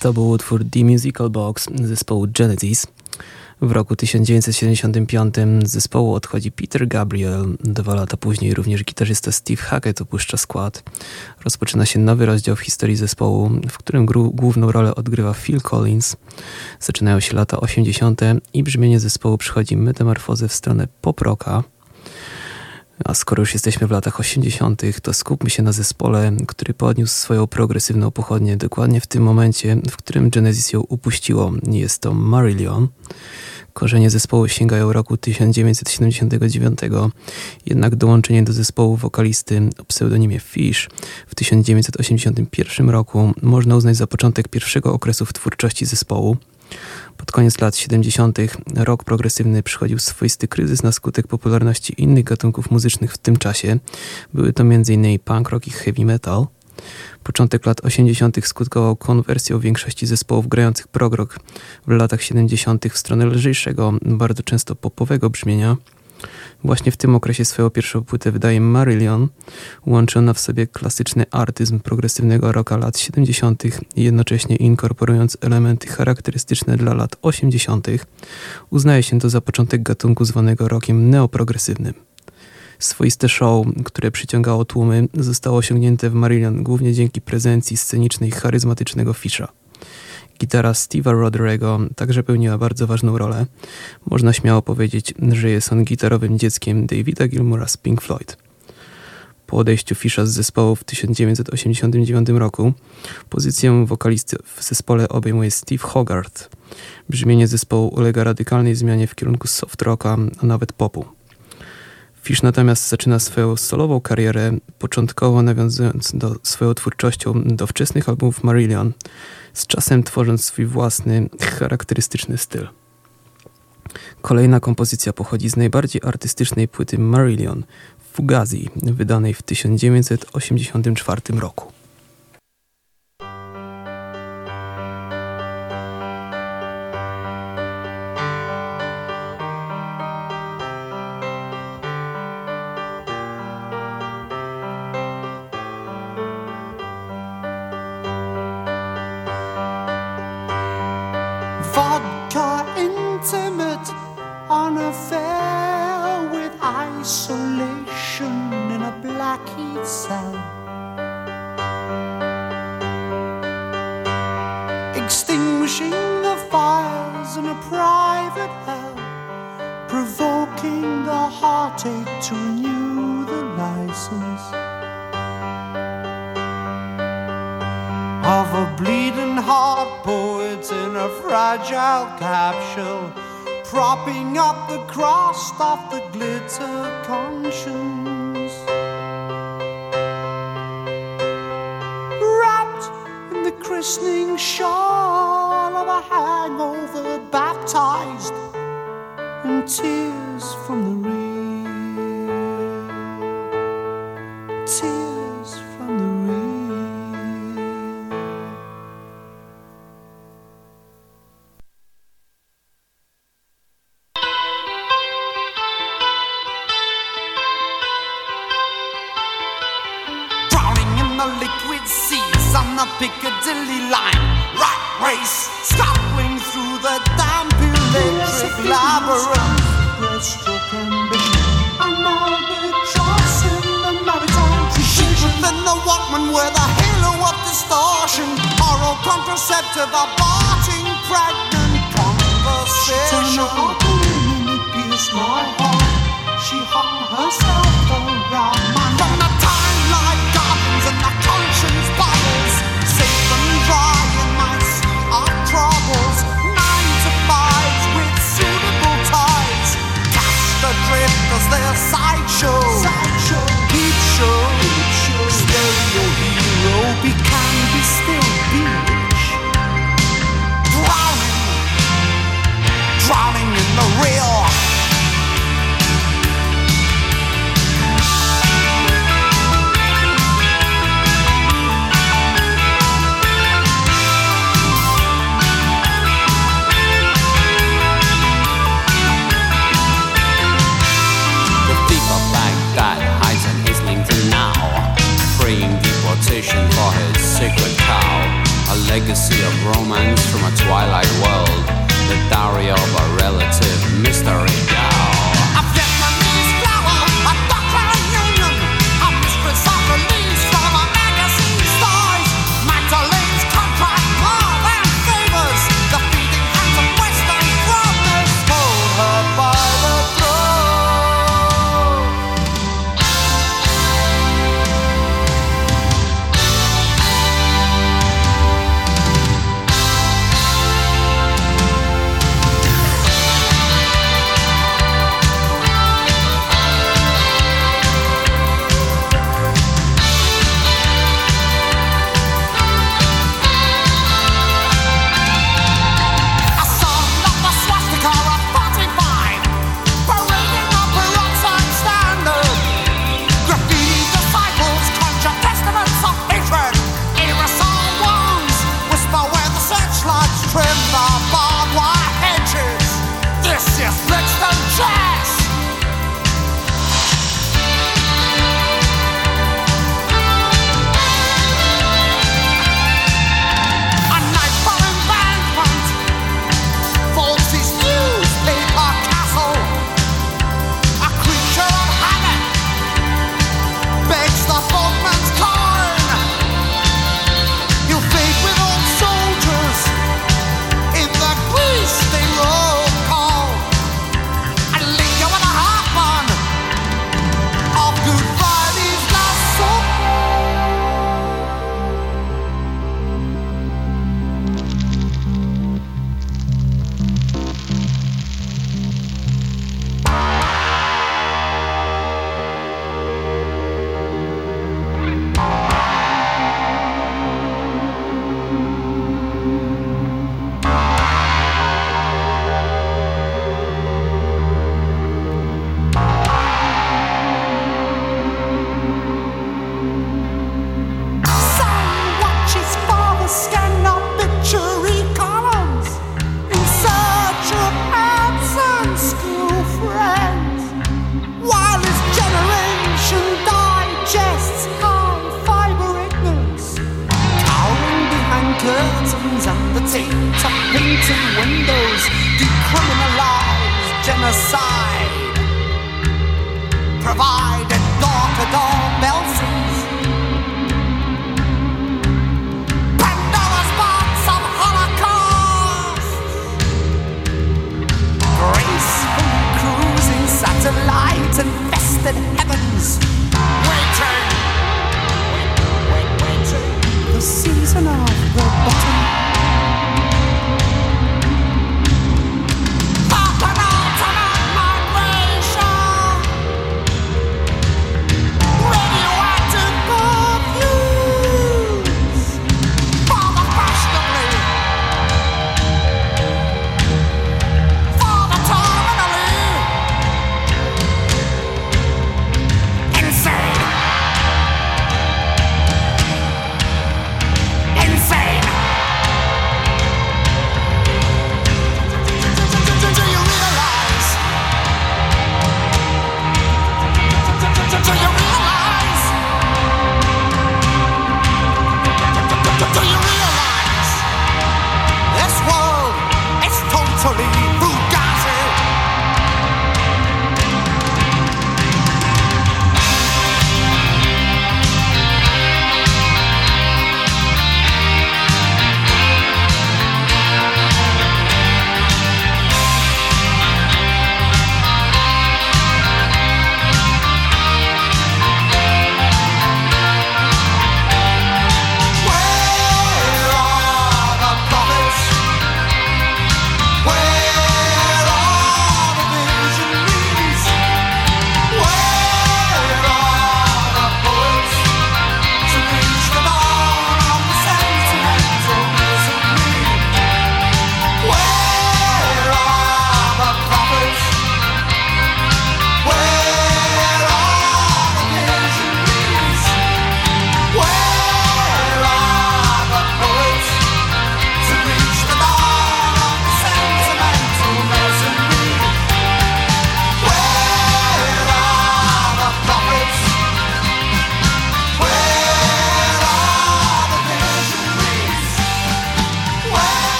To był utwór The Musical Box zespołu Genesis. W roku tysiąc dziewięćset siedemdziesiątym piątym z zespołu odchodzi Peter Gabriel. Dwa lata później również gitarzysta Steve Hackett opuszcza skład. Rozpoczyna się nowy rozdział w historii zespołu, w którym gru- główną rolę odgrywa Phil Collins. Zaczynają się lata osiemdziesiąte i brzmienie zespołu przychodzi metamorfozę w stronę pop-rocka. A skoro już jesteśmy w latach osiemdziesiątych, to skupmy się na zespole, który podniósł swoją progresywną pochodnię dokładnie w tym momencie, w którym Genesis ją upuściło. Jest to Marillion. Korzenie zespołu sięgają roku tysiąc dziewięćset siedemdziesiątego dziewiątego, jednak dołączenie do zespołu wokalisty o pseudonimie Fish w tysiąc dziewięćset osiemdziesiątym pierwszym roku można uznać za początek pierwszego okresu w twórczości zespołu. Pod koniec lat siedemdziesiątych rock progresywny przychodził swoisty kryzys na skutek popularności innych gatunków muzycznych w tym czasie. Były to między innymi punk rock i heavy metal. Początek lat osiemdziesiątych skutkował konwersją większości zespołów grających prog rock w latach siedemdziesiątych w stronę lżejszego, bardzo często popowego brzmienia. Właśnie w tym okresie swoją pierwszą płytę wydaje Marillion, łącząca w sobie klasyczny artyzm progresywnego rocka lat siedemdziesiątych i jednocześnie inkorporując elementy charakterystyczne dla lat osiemdziesiątych. Uznaje się to za początek gatunku zwanego rockiem neoprogresywnym. Swoiste show, które przyciągało tłumy, zostało osiągnięte w Marillion głównie dzięki prezencji scenicznej charyzmatycznego Fisha. Gitara Steve'a Roderego także pełniła bardzo ważną rolę. Można śmiało powiedzieć, że jest on gitarowym dzieckiem Davida Gilmoura z Pink Floyd. Po odejściu Fisha z zespołu w tysiąc dziewięćset osiemdziesiątym dziewiątym roku pozycję wokalisty w zespole obejmuje Steve Hogarth. Brzmienie zespołu ulega radykalnej zmianie w kierunku soft rocka, a nawet popu. Fish natomiast zaczyna swoją solową karierę, początkowo nawiązując do swoją twórczością do wczesnych albumów Marillion, z czasem tworząc swój własny, charakterystyczny styl. Kolejna kompozycja pochodzi z najbardziej artystycznej płyty Marillion, Fugazi, wydanej w tysiąc dziewięćset osiemdziesiątym czwartym roku. Vodka intimate on a affair with isolation in a black heat cell. Extinguishing the fires in a private hell, provoking the heartache to renew the license of a bleeding heart poet in a fragile capsule, propping up the crust of the glitter conscience, wrapped in the christening shawl of a hangover, baptized in tears from the real, tears from the real. Liquid seas on the Piccadilly line, rat race scuttling through the damp electric labyrinth. Breaststroke ambition, and albatross in the maritime tradition. Within the Walkman were the halo of distortion, oral contraceptive, aborting pregnant conversation. She turned her and it pierced my heart. She hung herself around my neck. From the time-like gardens and the conscience bottles, safe and dry in my sea of troubles. Nine to fives with suitable ties, cast adrift as their sideshow. Sideshow, Peep show, peep show. stereo hero, be can be still beach. Drowning, drowning in the real. legacy of romance from a twilight world, the diary of a relative mystery girl. A Vietnamese flower, a Doctor Union, a mistress of release from a magazine stars. Magdalene's contract more than favors, the feeding hands of Western promise hold her by the throat. Radio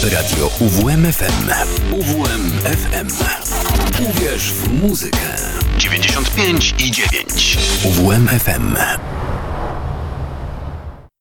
Radio U W M F M. U W M F M. Uwierz w muzykę. dziewięćdziesiąt pięć i dziewięć. U W M F M.